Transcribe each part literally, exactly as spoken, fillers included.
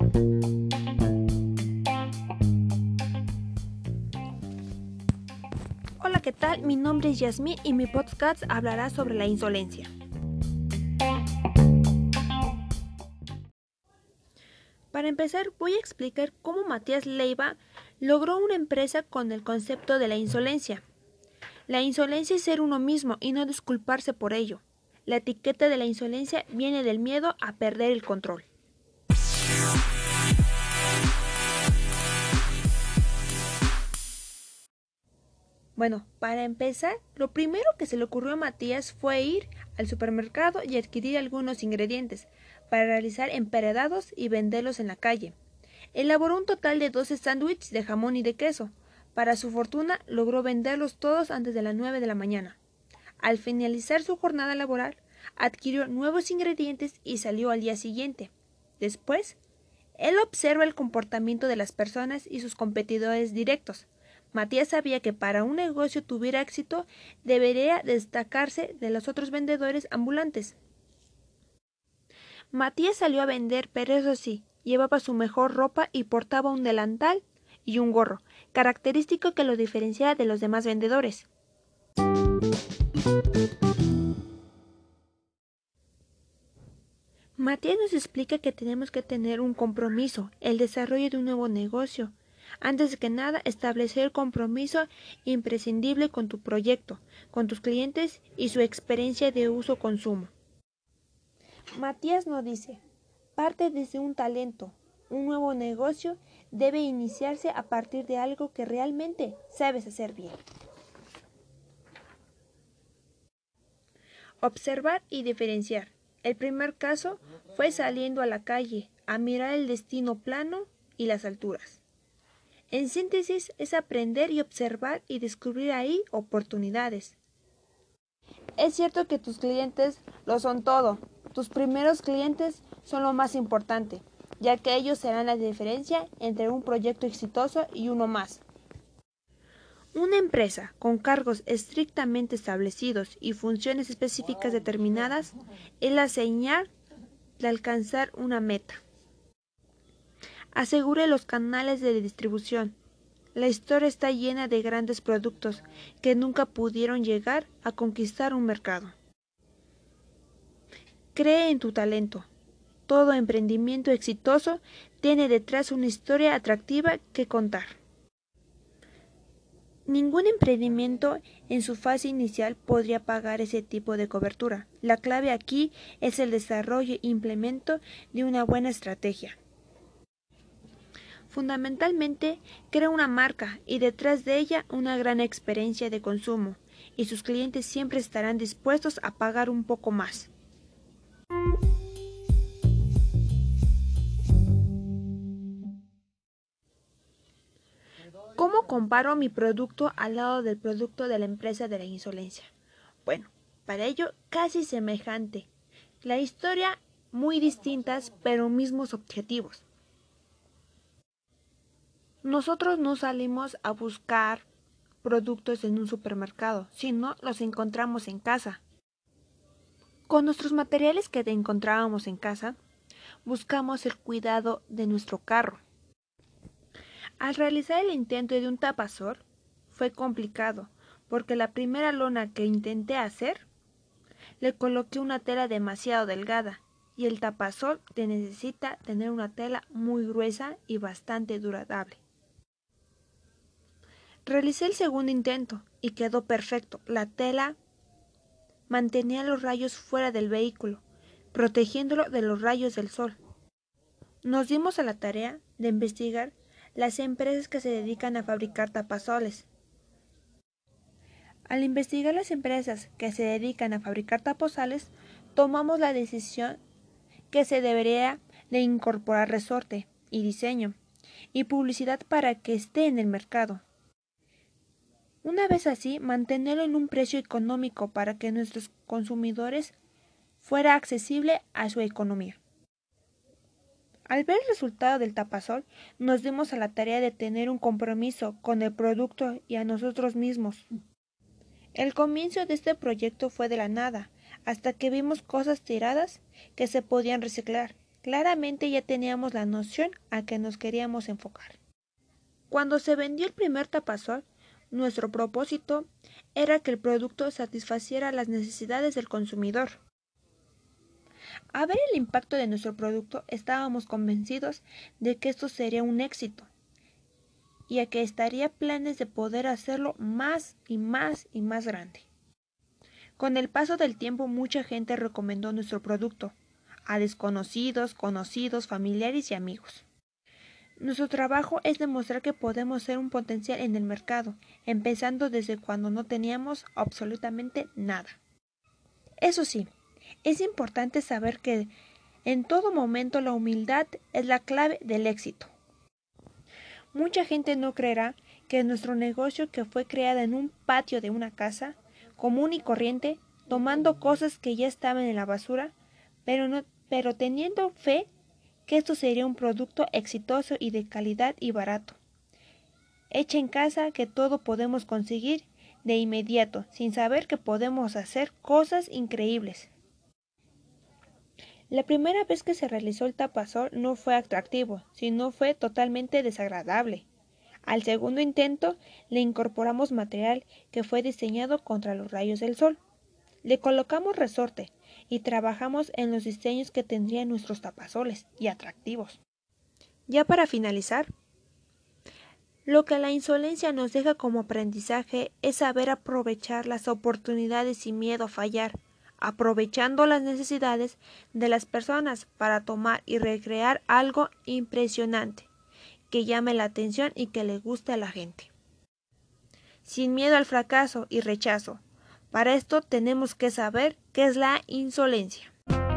Hola, ¿qué tal? Mi nombre es Yasmín y mi podcast hablará sobre la insolencia. Para empezar, voy a explicar cómo Matías Leiva logró una empresa con el concepto de la insolencia. La insolencia es ser uno mismo y no disculparse por ello. La etiqueta de la insolencia viene del miedo a perder el control. Bueno, para empezar, lo primero que se le ocurrió a Matías fue ir al supermercado y adquirir algunos ingredientes para realizar emparedados y venderlos en la calle. Elaboró un total de doce sándwiches de jamón y de queso. Para su fortuna, logró venderlos todos antes de las nueve de la mañana. Al finalizar su jornada laboral, adquirió nuevos ingredientes y salió al día siguiente. Después, él observa el comportamiento de las personas y sus competidores directos. Matías sabía que para un negocio tuviera éxito, debería destacarse de los otros vendedores ambulantes. Matías salió a vender, pero eso sí, llevaba su mejor ropa y portaba un delantal y un gorro, característico que lo diferenciaba de los demás vendedores. Matías nos explica que tenemos que tener un compromiso, el desarrollo de un nuevo negocio. Antes que nada, establecer el compromiso imprescindible con tu proyecto, con tus clientes y su experiencia de uso-consumo. Matías nos dice, parte desde un talento. Un nuevo negocio debe iniciarse a partir de algo que realmente sabes hacer bien. Observar y diferenciar. El primer caso fue saliendo a la calle a mirar el destino plano y las alturas. En síntesis, es aprender y observar y descubrir ahí oportunidades. Es cierto que tus clientes lo son todo. Tus primeros clientes son lo más importante, ya que ellos serán la diferencia entre un proyecto exitoso y uno más. Una empresa con cargos estrictamente establecidos y funciones específicas determinadas es la señal de alcanzar una meta. Asegure los canales de distribución. La historia está llena de grandes productos que nunca pudieron llegar a conquistar un mercado. Cree en tu talento. Todo emprendimiento exitoso tiene detrás una historia atractiva que contar. Ningún emprendimiento en su fase inicial podría pagar ese tipo de cobertura. La clave aquí es el desarrollo e implemento de una buena estrategia. Fundamentalmente, crea una marca y detrás de ella una gran experiencia de consumo, y sus clientes siempre estarán dispuestos a pagar un poco más. ¿Cómo comparo mi producto al lado del producto de la empresa de la insolencia? Bueno, para ello casi semejante. La historia muy distintas, pero mismos objetivos. Nosotros no salimos a buscar productos en un supermercado, sino los encontramos en casa. Con nuestros materiales que encontrábamos en casa, buscamos el cuidado de nuestro carro. Al realizar el intento de un tapasol, fue complicado, porque la primera lona que intenté hacer, le coloqué una tela demasiado delgada, y el tapasol te necesita tener una tela muy gruesa y bastante durable. Realicé el segundo intento y quedó perfecto. La tela mantenía los rayos fuera del vehículo, protegiéndolo de los rayos del sol. Nos dimos a la tarea de investigar las empresas que se dedican a fabricar tapazoles. Al investigar las empresas que se dedican a fabricar tapazoles, tomamos la decisión que se debería de incorporar resorte y diseño y publicidad para que esté en el mercado. Una vez así, mantenerlo en un precio económico para que nuestros consumidores fuera accesible a su economía. Al ver el resultado del tapasol, nos dimos a la tarea de tener un compromiso con el producto y a nosotros mismos. El comienzo de este proyecto fue de la nada, hasta que vimos cosas tiradas que se podían reciclar, Claramente ya teníamos la noción a que nos queríamos enfocar. Cuando se vendió el primer tapasol, nuestro propósito era que el producto satisfaciera las necesidades del consumidor. Al ver el impacto de nuestro producto, estábamos convencidos de que esto sería un éxito y a que estaría planes de poder hacerlo más y más y más grande. Con el paso del tiempo, mucha gente recomendó nuestro producto a desconocidos, conocidos, familiares y amigos. Nuestro trabajo es demostrar que podemos ser un potencial en el mercado, empezando desde cuando no teníamos absolutamente nada. Eso sí, es importante saber que en todo momento la humildad es la clave del éxito. Mucha gente no creerá que nuestro negocio, que fue creado en un patio de una casa común y corriente, tomando cosas que ya estaban en la basura, pero, no, pero teniendo fe que esto sería un producto exitoso y de calidad y barato. Hecha en casa, que todo podemos conseguir de inmediato, sin saber que podemos hacer cosas increíbles. La primera vez que se realizó el tapasol no fue atractivo, sino fue totalmente desagradable. Al segundo intento le incorporamos material que fue diseñado contra los rayos del sol. Le colocamos resorte y trabajamos en los diseños que tendrían nuestros tapasoles y atractivos. Ya para finalizar, lo que la insolencia nos deja como aprendizaje es saber aprovechar las oportunidades sin miedo a fallar, aprovechando las necesidades de las personas para tomar y recrear algo impresionante, que llame la atención y que le guste a la gente. Sin miedo al fracaso y rechazo. Para esto tenemos que saber qué es la insolencia.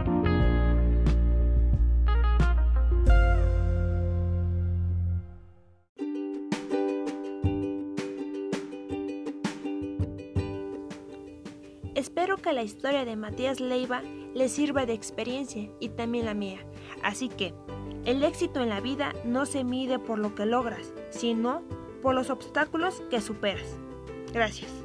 Espero que la historia de Matías Leiva les sirva de experiencia y también la mía. Así que, el éxito en la vida no se mide por lo que logras, sino por los obstáculos que superas. Gracias.